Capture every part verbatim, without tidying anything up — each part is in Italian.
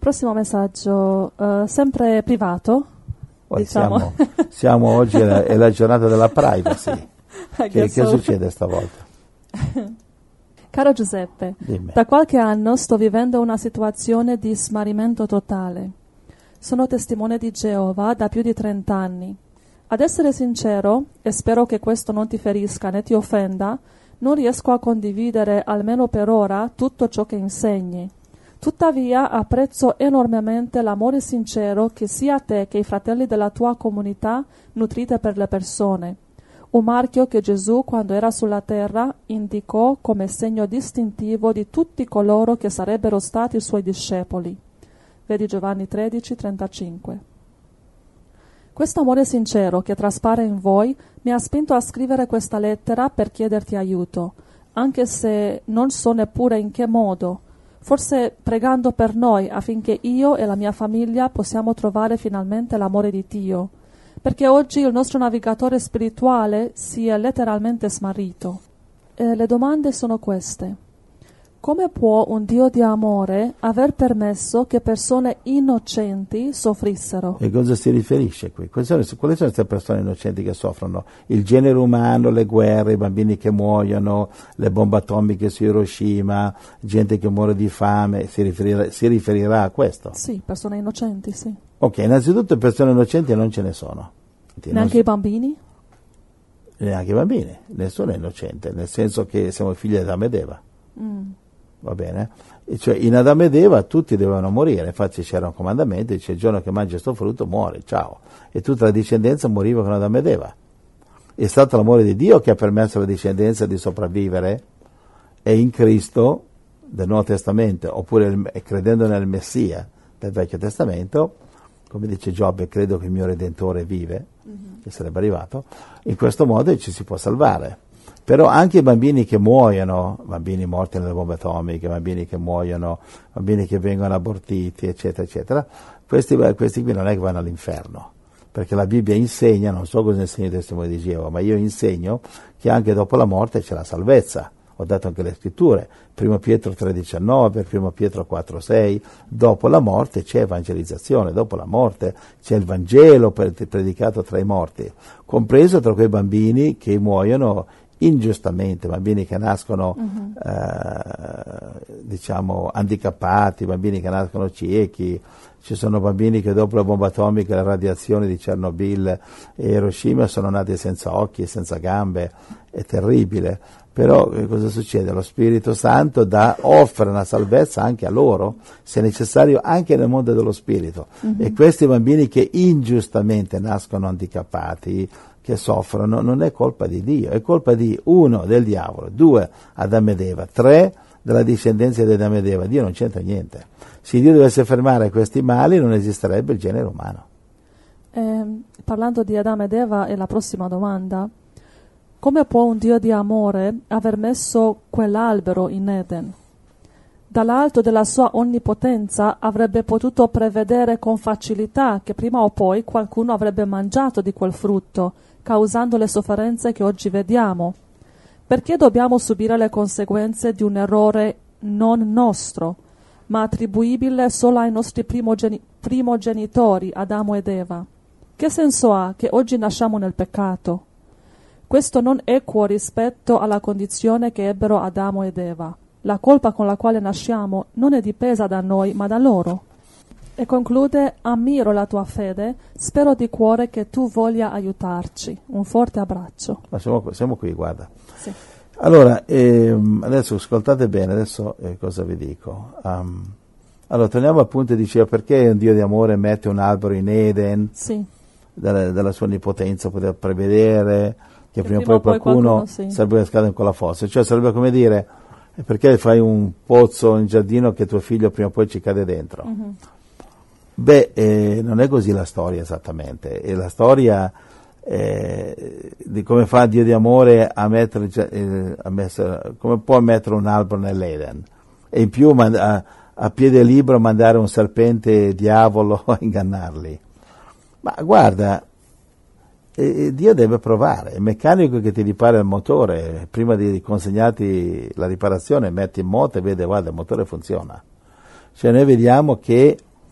Prossimo messaggio, uh, sempre privato. Poi diciamo. siamo, siamo oggi, è la, è la giornata della privacy. Che, che so. succede stavolta? Caro Giuseppe, Dimmi. Da qualche anno sto vivendo una situazione di smarrimento totale. Sono testimone di Geova da più di trenta anni. Ad essere sincero, e spero che questo non ti ferisca né ti offenda, non riesco a condividere, almeno per ora, tutto ciò che insegni. Tuttavia apprezzo enormemente l'amore sincero che sia te che i fratelli della tua comunità nutrite per le persone. Un marchio che Gesù, quando era sulla terra, indicò come segno distintivo di tutti coloro che sarebbero stati i suoi discepoli. Vedi Giovanni tredici trentacinque. Questo amore sincero che traspare in voi mi ha spinto a scrivere questa lettera per chiederti aiuto, anche se non so neppure in che modo, forse pregando per noi affinché io e la mia famiglia possiamo trovare finalmente l'amore di Dio, perché oggi il nostro navigatore spirituale si è letteralmente smarrito. E le domande sono queste. Come può un Dio di amore aver permesso che persone innocenti soffrissero? E cosa si riferisce qui? Quali sono, quali sono queste persone innocenti che soffrono? Il genere umano, le guerre, i bambini che muoiono, le bombe atomiche su Hiroshima, gente che muore di fame, si riferirà, si riferirà a questo? Sì, persone innocenti, sì. Ok, innanzitutto persone innocenti non ce ne sono. Neanche so, i bambini? Neanche i bambini, nessuno è innocente, nel senso che siamo figli di Adamo ed Eva. Mm. Va bene? E cioè in Adamo ed Eva tutti dovevano morire, infatti c'era un comandamento, dice il giorno che mangi questo frutto muori, ciao. E tutta la discendenza moriva con Adamo ed Eva. È stato l'amore di Dio che ha permesso alla discendenza di sopravvivere, e in Cristo del Nuovo Testamento, oppure il, credendo nel Messia del Vecchio Testamento, come dice Giobbe, credo che il mio Redentore vive, mm-hmm. che sarebbe arrivato, in questo modo ci si può salvare. Però anche i bambini che muoiono, bambini morti nelle bombe atomiche, bambini che muoiono, bambini che vengono abortiti, eccetera, eccetera, questi, questi qui non è che vanno all'inferno, perché la Bibbia insegna, non so cosa insegna il testimone di Geova, ma io insegno che anche dopo la morte c'è la salvezza. Ho dato anche le scritture, primo Pietro tre diciannove, primo Pietro quattro sei, dopo la morte c'è evangelizzazione, dopo la morte c'è il Vangelo predicato tra i morti, compreso tra quei bambini che muoiono ingiustamente, bambini che nascono uh-huh. eh, diciamo handicappati, bambini che nascono ciechi, ci sono bambini che dopo la bomba atomica e la radiazione di Chernobyl e Hiroshima sono nati senza occhi e senza gambe, è terribile. Però eh, cosa succede? Lo Spirito Santo dà, offre una salvezza anche a loro, se necessario anche nel mondo dello Spirito. Uh-huh. E questi bambini che ingiustamente nascono handicappati, che soffrono, non è colpa di Dio, è colpa di uno, del diavolo, due, Adamo ed Eva, tre, della discendenza di Adamo ed Eva. Dio non c'entra niente. Se Dio dovesse fermare questi mali non esisterebbe il genere umano. Eh, parlando di Adamo ed Eva è la prossima domanda. Come può un Dio di amore aver messo quell'albero in Eden? Dall'alto della sua onnipotenza avrebbe potuto prevedere con facilità che prima o poi qualcuno avrebbe mangiato di quel frutto, causando le sofferenze che oggi vediamo. Perché dobbiamo subire le conseguenze di un errore non nostro, ma attribuibile solo ai nostri primogeni- primogenitori, Adamo ed Eva? Che senso ha che oggi nasciamo nel peccato? Questo non è equo rispetto alla condizione che ebbero Adamo ed Eva. La colpa con la quale nasciamo non è dipesa da noi, ma da loro. E conclude: ammiro la tua fede, spero di cuore che tu voglia aiutarci. Un forte abbraccio. Ma siamo, siamo qui, guarda. Sì. Allora, ehm, adesso ascoltate bene, adesso eh, cosa vi dico. Um, allora, torniamo al punto, diceva, perché un Dio di amore mette un albero in Eden? Sì. Dalla, dalla sua onnipotenza poteva prevedere che, che prima o poi poi qualcuno, qualcuno sì. sarebbe cascato in quella fossa. Cioè sarebbe come dire, perché fai un pozzo in giardino che tuo figlio prima o poi ci cade dentro? Uh-huh. Beh, eh, non è così la storia esattamente. E la storia eh, di come fa Dio di amore a mettere, eh, a mettere, come può mettere un albero nell'Eden, e in più mand- a, a piede libero mandare un serpente diavolo a ingannarli. Ma guarda, eh, Dio deve provare. Il meccanico che ti ripara il motore, prima di consegnarti la riparazione, metti in moto e vede, guarda, il motore funziona. Cioè noi vediamo che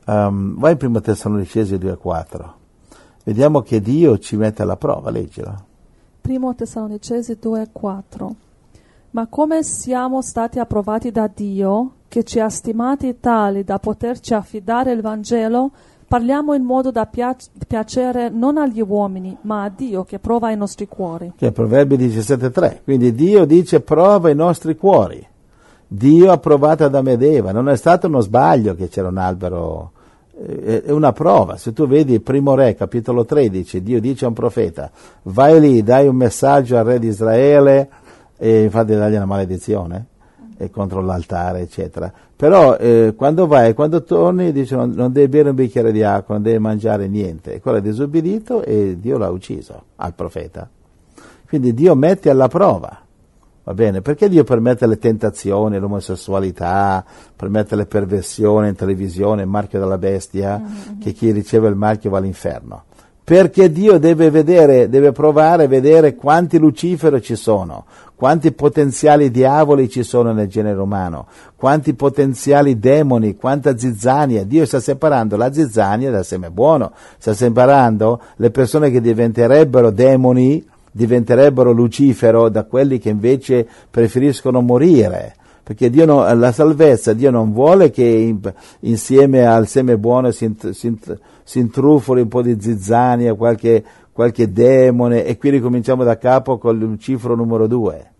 Um, vai in primo Tessalonicesi due quattro. Vediamo che Dio ci mette alla prova, leggilo. primo Tessalonicesi due quattro. Ma come siamo stati approvati da Dio, che ci ha stimati tali da poterci affidare il Vangelo, parliamo in modo da piac- piacere non agli uomini, ma a Dio che prova i nostri cuori. Che è Proverbi diciassette tre. Quindi Dio dice prova i nostri cuori. Dio ha provato Adamo ed Eva, non è stato uno sbaglio che c'era un albero, è una prova. Se tu vedi Primo Re, capitolo tredici, Dio dice a un profeta, vai lì, dai un messaggio al re di Israele, e infatti dagli una maledizione, e contro l'altare, eccetera. Però eh, quando vai, quando torni, dice non, non devi bere un bicchiere di acqua, non devi mangiare niente. E quello è disobbedito e Dio l'ha ucciso al profeta. Quindi Dio mette alla prova. Va bene, perché Dio permette le tentazioni, l'omosessualità, permette le perversioni in televisione, il marchio della bestia, mm-hmm. che chi riceve il marchio va all'inferno? Perché Dio deve vedere, deve provare a vedere quanti Lucifero ci sono, quanti potenziali diavoli ci sono nel genere umano, quanti potenziali demoni, quanta zizzania. Dio sta separando la zizzania dal seme buono, sta separando le persone che diventerebbero demoni, diventerebbero Lucifero, da quelli che invece preferiscono morire, perché Dio non, la salvezza, Dio non vuole che in, insieme al seme buono si, si, si intrufoli un po' di zizzania, qualche, qualche demone, e qui ricominciamo da capo con il Lucifero numero due.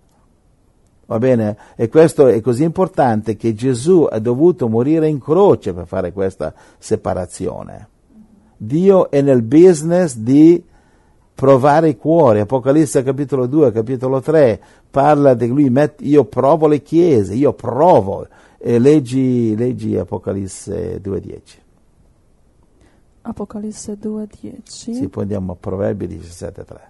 Va bene? E questo è così importante che Gesù ha dovuto morire in croce per fare questa separazione. Dio è nel business di provare i cuori. Apocalisse capitolo due, capitolo tre parla di lui, met, io provo le chiese, io provo. E leggi, leggi Apocalisse due dieci. Apocalisse due dieci. Sì, poi andiamo a Proverbi diciassette tre.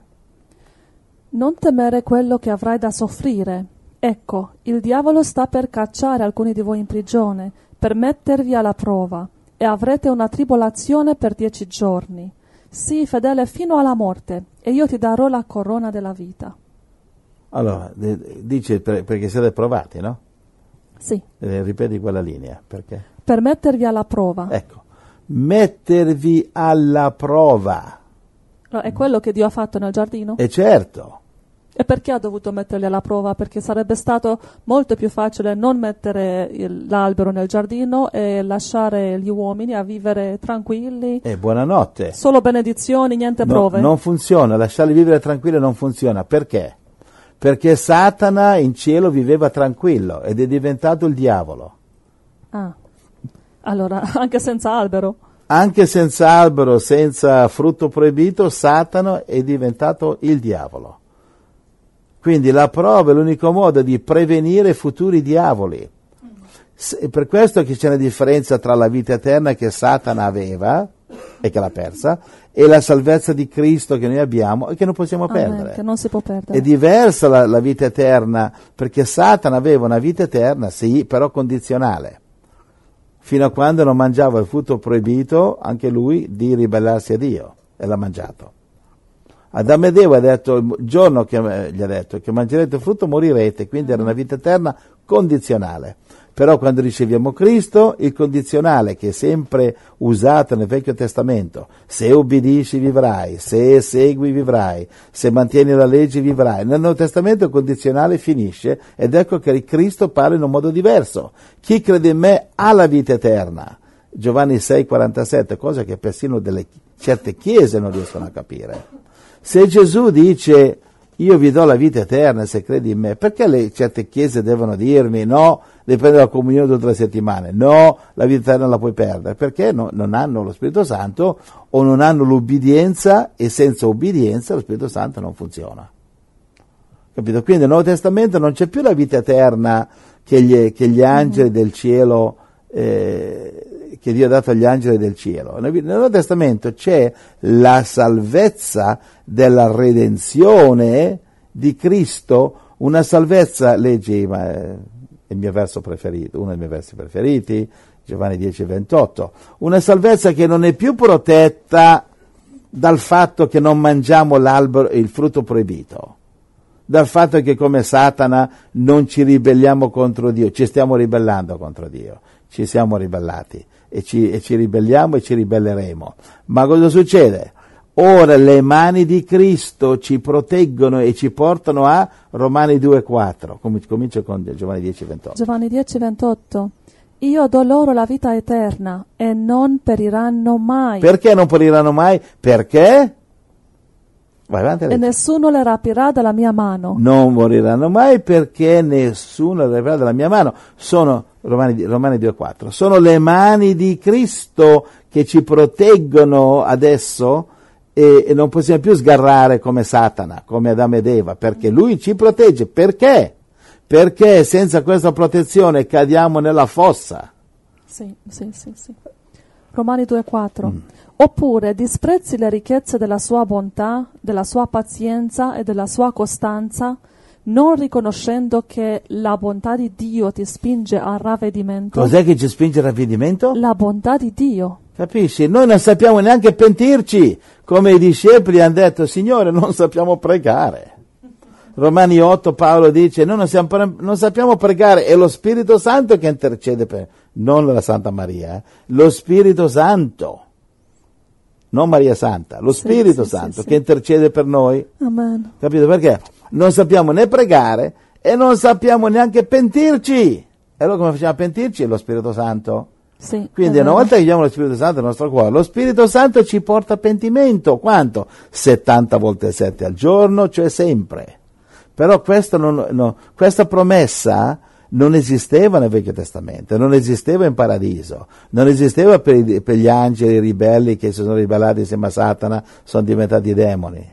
Non temere quello che avrai da soffrire. Ecco, il diavolo sta per cacciare alcuni di voi in prigione, per mettervi alla prova, e avrete una tribolazione per dieci giorni. Sii fedele fino alla morte, e io ti darò la corona della vita. Allora, dice per, perché siete provati, no? Sì. Eh, ripeti quella linea, perché? Per mettervi alla prova. Ecco, mettervi alla prova. No, è quello che Dio ha fatto nel giardino? E certo. E perché ha dovuto metterli alla prova? Perché sarebbe stato molto più facile non mettere il, l'albero nel giardino e lasciare gli uomini a vivere tranquilli. E buonanotte. Solo benedizioni, niente no, prove. Non funziona, lasciarli vivere tranquilli non funziona. Perché? Perché Satana in cielo viveva tranquillo ed è diventato il diavolo. Ah, allora anche senza albero? Anche senza albero, senza frutto proibito, Satana è diventato il diavolo. Quindi la prova è l'unico modo di prevenire futuri diavoli. È per questo che c'è una differenza tra la vita eterna che Satana aveva e che l'ha persa e la salvezza di Cristo che noi abbiamo e che non possiamo Amen, perdere. Che non si può perdere. È diversa la, la vita eterna, perché Satana aveva una vita eterna, sì, però condizionale. Fino a quando non mangiava il frutto proibito, anche lui, di ribellarsi a Dio, e l'ha mangiato. Adamo ed Eva ha detto, il giorno che gli ha detto che mangerete il frutto morirete, quindi era una vita eterna condizionale. Però quando riceviamo Cristo, il condizionale che è sempre usato nel Vecchio Testamento, se obbedisci vivrai, se segui vivrai, se mantieni la legge vivrai. Nel Nuovo Testamento il condizionale finisce ed ecco che Cristo parla in un modo diverso. Chi crede in me ha la vita eterna. Giovanni sei quarantasette, cosa che persino delle certe chiese non riescono a capire. Se Gesù dice io vi do la vita eterna se credi in me, perché le certe chiese devono dirmi no, devi prendere la comunione tutte le settimane, no, la vita eterna la puoi perdere? Perché no, non hanno lo Spirito Santo o non hanno l'ubbidienza, e senza ubbidienza lo Spirito Santo non funziona. Capito? Quindi nel Nuovo Testamento non c'è più la vita eterna che gli, che gli angeli del cielo eh, che Dio ha dato agli angeli del cielo. Nel Nuovo Testamento c'è la salvezza della redenzione di Cristo, una salvezza, leggi ma, eh, il mio verso preferito, uno dei miei versi preferiti, Giovanni dieci ventotto, una salvezza che non è più protetta dal fatto che non mangiamo l'albero, il frutto proibito, dal fatto che come Satana non ci ribelliamo contro Dio, ci stiamo ribellando contro Dio, ci siamo ribellati. e ci, e ci ribelliamo e ci ribelleremo. Ma cosa succede? Ora le mani di Cristo ci proteggono e ci portano a Romani due quattro. Comincio con Giovanni dieci ventotto. Giovanni dieci ventotto. Io do loro la vita eterna e non periranno mai. Perché non periranno mai? Perché? Vai avanti. E nessuno le rapirà dalla mia mano. Non moriranno mai perché nessuno le rapirà dalla mia mano. Sono Romani, Romani due quattro. Sono le mani di Cristo che ci proteggono adesso. E non possiamo più sgarrare come Satana, come Adamo ed Eva, perché lui ci protegge. Perché? Perché senza questa protezione cadiamo nella fossa. Sì, sì, sì, sì. Romani due quattro. Mm. Oppure disprezzi le ricchezze della sua bontà, della sua pazienza e della sua costanza, non riconoscendo che la bontà di Dio ti spinge al ravvedimento. Cos'è che ci spinge al ravvedimento? La bontà di Dio. Capisci? Noi non sappiamo neanche pentirci, come i discepoli hanno detto, Signore, non sappiamo pregare. Romani otto Paolo dice, noi non, siamo, non sappiamo pregare, è lo Spirito Santo che intercede per non la Santa Maria, eh? Lo Spirito Santo, non Maria Santa, lo sì, Spirito sì, Santo sì, che sì. intercede per noi. Amen. Capito perché? Non sappiamo né pregare e non sappiamo neanche pentirci. E allora come facciamo a pentirci? È lo Spirito Santo. Sì, Quindi una volta che abbiamo lo Spirito Santo nel nostro cuore, lo Spirito Santo ci porta a pentimento. Quanto? settanta volte sette al giorno, cioè sempre. Però questo non, no, questa promessa non esisteva nel Vecchio Testamento, non esisteva in paradiso, non esisteva per, i, per gli angeli ribelli che si sono ribellati insieme a Satana, sono diventati demoni.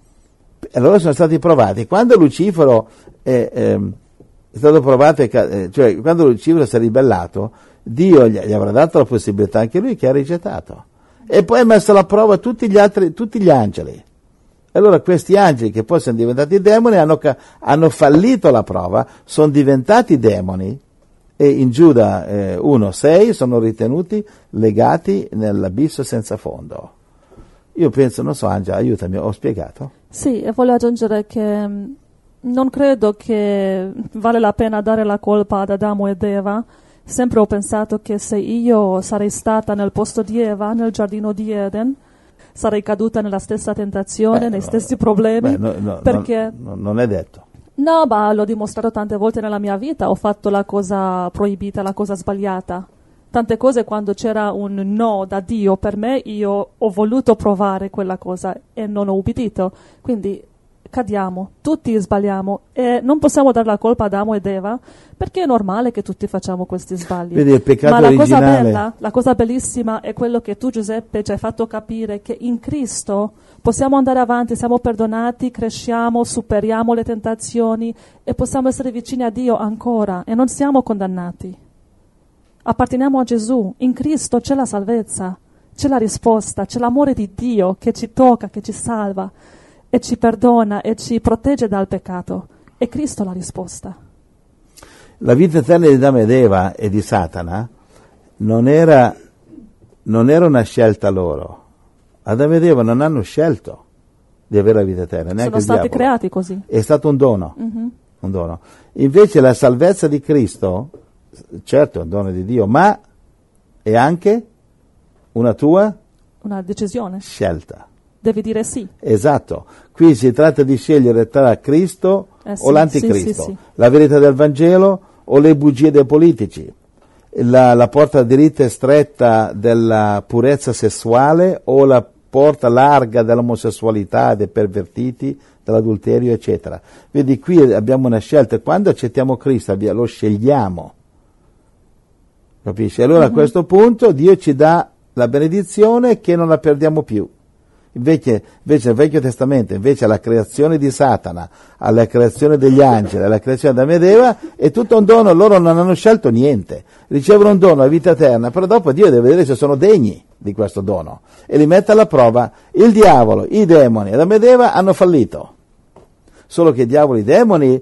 E loro sono stati provati. Quando Lucifero è, è, è stato provato, eh, cioè quando Lucifero si è ribellato, Dio gli, gli avrà dato la possibilità anche lui che ha rigettato. E poi ha messo alla prova tutti gli altri, tutti gli angeli. Allora questi angeli che poi sono diventati demoni hanno, hanno fallito la prova, sono diventati demoni e in Giuda eh, uno sei sono ritenuti legati nell'abisso senza fondo. Io penso, non so Angela, aiutami, ho spiegato? Sì, e voglio aggiungere che non credo che vale la pena dare la colpa ad Adamo ed Eva. Sempre ho pensato che se io sarei stata nel posto di Eva, nel giardino di Eden, sarei caduta nella stessa tentazione, beh, nei no, stessi problemi, beh, no, no, perché... No, non è detto. No, ma l'ho dimostrato tante volte nella mia vita, ho fatto la cosa proibita, la cosa sbagliata. Tante cose quando c'era un no da Dio per me, io ho voluto provare quella cosa e non ho ubbidito. Quindi cadiamo, tutti sbagliamo e non possiamo dare la colpa ad Adamo ed Eva perché è normale che tutti facciamo questi sbagli. Vedi, il peccato ma la originale... cosa bella, la cosa bellissima è quello che tu Giuseppe ci hai fatto capire, che in Cristo possiamo andare avanti, siamo perdonati, cresciamo, superiamo le tentazioni e possiamo essere vicini a Dio ancora e non siamo condannati. Apparteniamo a Gesù, in Cristo c'è la salvezza, c'è la risposta, c'è l'amore di Dio che ci tocca, che ci salva e ci perdona e ci protegge dal peccato. È Cristo la risposta. La vita eterna di Adamo ed Eva e di Satana non era, non era una scelta loro. Adamo ed Eva non hanno scelto di avere la vita eterna, neanche sono stati il diavolo. creati così. È stato un dono, Mm-hmm. un dono. Invece la salvezza di Cristo, certo è un dono di Dio, ma è anche una tua Una decisione. scelta. Devi dire sì. Esatto, qui si tratta di scegliere tra Cristo Eh sì, o l'anticristo, sì, sì, sì. la verità del Vangelo o le bugie dei politici, la, la porta dritta e stretta della purezza sessuale o la porta larga dell'omosessualità, dei pervertiti, dell'adulterio, eccetera. Vedi, qui abbiamo una scelta, quando accettiamo Cristo lo scegliamo, capisci? Allora mm-hmm. a questo punto Dio ci dà la benedizione che non la perdiamo più. Invece, invece nel Vecchio Testamento, invece alla creazione di Satana, alla creazione degli angeli, alla creazione di Adamo ed Eva, è tutto un dono, loro non hanno scelto niente, ricevono un dono, la vita eterna, però dopo Dio deve vedere se sono degni di questo dono e li mette alla prova. Il diavolo, i demoni, Adamo ed Eva hanno fallito, solo che il diavolo e i demoni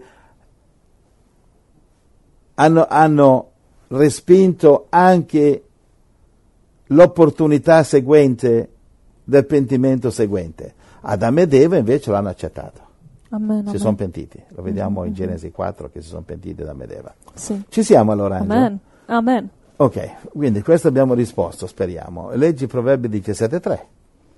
hanno, hanno respinto anche l'opportunità seguente del pentimento seguente. Adamo ed Eva invece l'hanno accettato. Amen, si amen. sono pentiti. Lo vediamo Mm-hmm. in Genesi quattro che si sono pentiti Adamo ed Eva. Sì. Ci siamo allora, Angela? Amen. Amen. Ok, quindi questo abbiamo risposto, speriamo. Leggi Proverbi diciassette tre.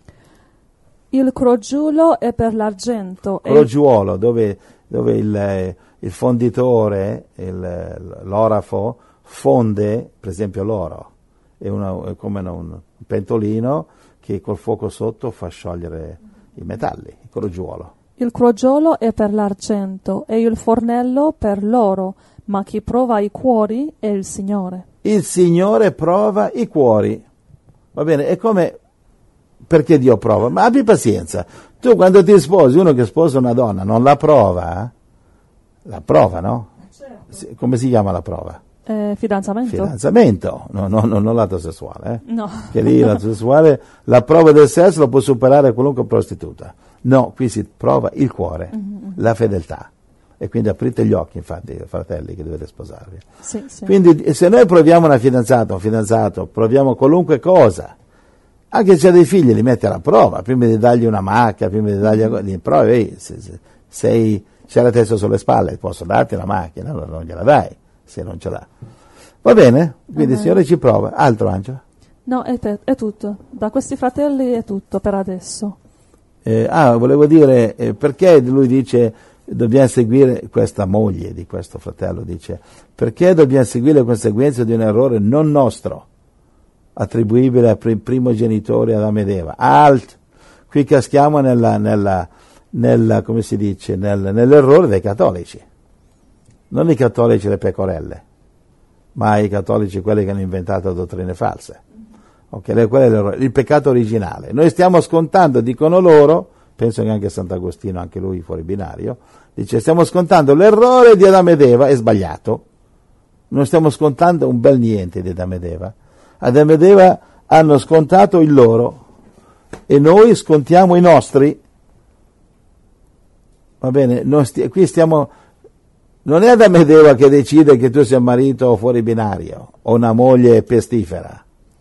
Il crogiuolo è per l'argento. e- Crogiuolo, dove, dove il, il fonditore, il, l'orafo, fonde, per esempio, l'oro. È, una, è come un pentolino che col fuoco sotto fa sciogliere i metalli, il crogiuolo. Il crogiolo è per l'argento e il fornello per l'oro, ma chi prova i cuori è il Signore. Il Signore prova i cuori. Va bene, è come... Perché Dio prova? Ma abbi pazienza. Tu quando ti sposi, uno che sposa una donna, non la prova? La prova, no? Certo. Come si chiama la prova? Eh, fidanzamento? Fidanzamento, no, no, no, non l'atto sessuale. Eh? No. Che lì l'atto sessuale, la prova del sesso lo può superare qualunque prostituta. No, qui si prova il cuore, mm-hmm. la fedeltà. E quindi aprite gli occhi, infatti, fratelli, che dovete sposarvi. Sì, sì. Quindi se noi proviamo una fidanzata, un fidanzato, proviamo qualunque cosa, anche se ha dei figli, li mette alla prova, prima di dargli una macchina, prima di dargli una cosa, prova, ehi, se, se, sei, c'è la testa sulle spalle, posso darti la macchina, allora non gliela dai, se non ce l'ha. Va bene? Quindi il Signore ci prova. Altro, Angela? No, è, te, è tutto. Da questi fratelli è tutto per adesso. Eh, ah, volevo dire, eh, perché lui dice, dobbiamo seguire, questa moglie di questo fratello dice, perché dobbiamo seguire le conseguenze di un errore non nostro, attribuibile al primo genitore Adamo ed Eva. Alt, qui caschiamo nella, nella, nella come si dice, nel, nell'errore dei cattolici. Non i cattolici le pecorelle, ma i cattolici quelli che hanno inventato dottrine false. Okay, quello è l'errore, il peccato originale. Noi stiamo scontando, dicono loro, penso che anche Sant'Agostino, anche lui fuori binario, dice stiamo scontando l'errore di Adamo ed Eva, è sbagliato. Non stiamo scontando un bel niente di Adamo ed Eva. Adamo ed Eva hanno scontato il loro e noi scontiamo i nostri. Va bene, noi sti- qui stiamo, non è Adamo ed Eva che decide che tu sia un marito fuori binario o una moglie pestifera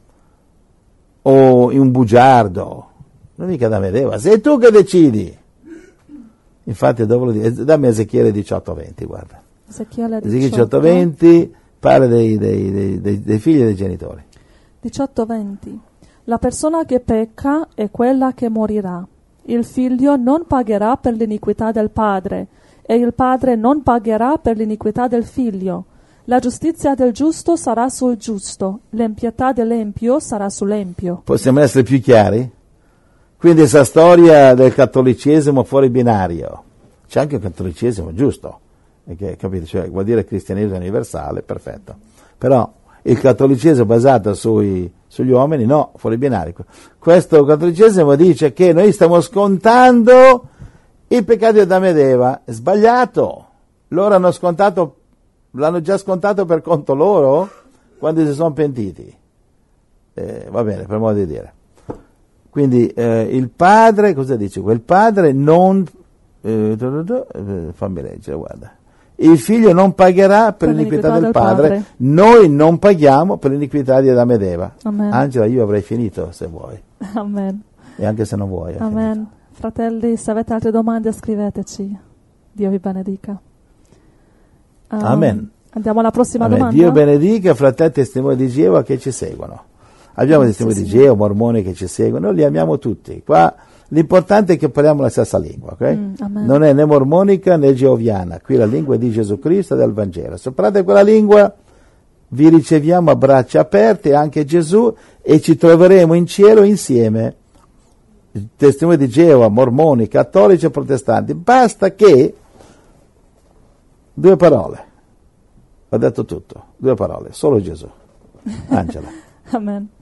o un bugiardo, non mica Adamo ed Eva, sei tu che decidi. Infatti dopo lo dico, dammi Ezechiele diciotto venti, guarda. Ezechiele diciotto venti parla dei, dei, dei, dei, dei figli e dei genitori. diciotto venti. La persona che pecca è quella che morirà. Il figlio non pagherà per l'iniquità del padre e il padre non pagherà per l'iniquità del figlio. La giustizia del giusto sarà sul giusto, l'empietà dell'empio sarà sull'empio. Possiamo essere più chiari? Quindi questa storia del cattolicesimo fuori binario, c'è anche il cattolicesimo giusto, perché, capite? Cioè, vuol dire cristianesimo universale, perfetto. Però il cattolicesimo basato sui, sugli uomini, no, fuori binario. Questo cattolicesimo dice che noi stiamo scontando i peccati di Adamo ed Eva. È sbagliato. Loro hanno scontato, l'hanno già scontato per conto loro quando si sono pentiti. Eh, va bene, per modo di dire. Quindi eh, il padre, cosa dice? Quel padre non, eh, fammi leggere, guarda. Il figlio non pagherà per, per l'iniquità, l'iniquità del, del padre. padre, noi non paghiamo per l'iniquità di Adamo ed Eva. Amen. Angela, io avrei finito se vuoi. Amen. E anche se non vuoi. Amen. Finito. Fratelli, se avete altre domande scriveteci. Dio vi benedica. Um, Amen. Andiamo alla prossima Amen. domanda. Dio benedica fratelli testimoni di Geova che ci seguono. Abbiamo Sì, testimoni sì, di sì. Geova, mormoni che ci seguono, noi li amiamo tutti. Qua l'importante è che parliamo la stessa lingua, ok? Mm, non è né mormonica né geoviana, qui la lingua è di Gesù Cristo e del Vangelo. Se parlate quella lingua vi riceviamo a braccia aperte, anche Gesù, e ci troveremo in cielo insieme. Testimoni di Geova, mormoni, cattolici e protestanti. Basta che due parole. Ho detto tutto, due parole, solo Gesù. Angela. Amen.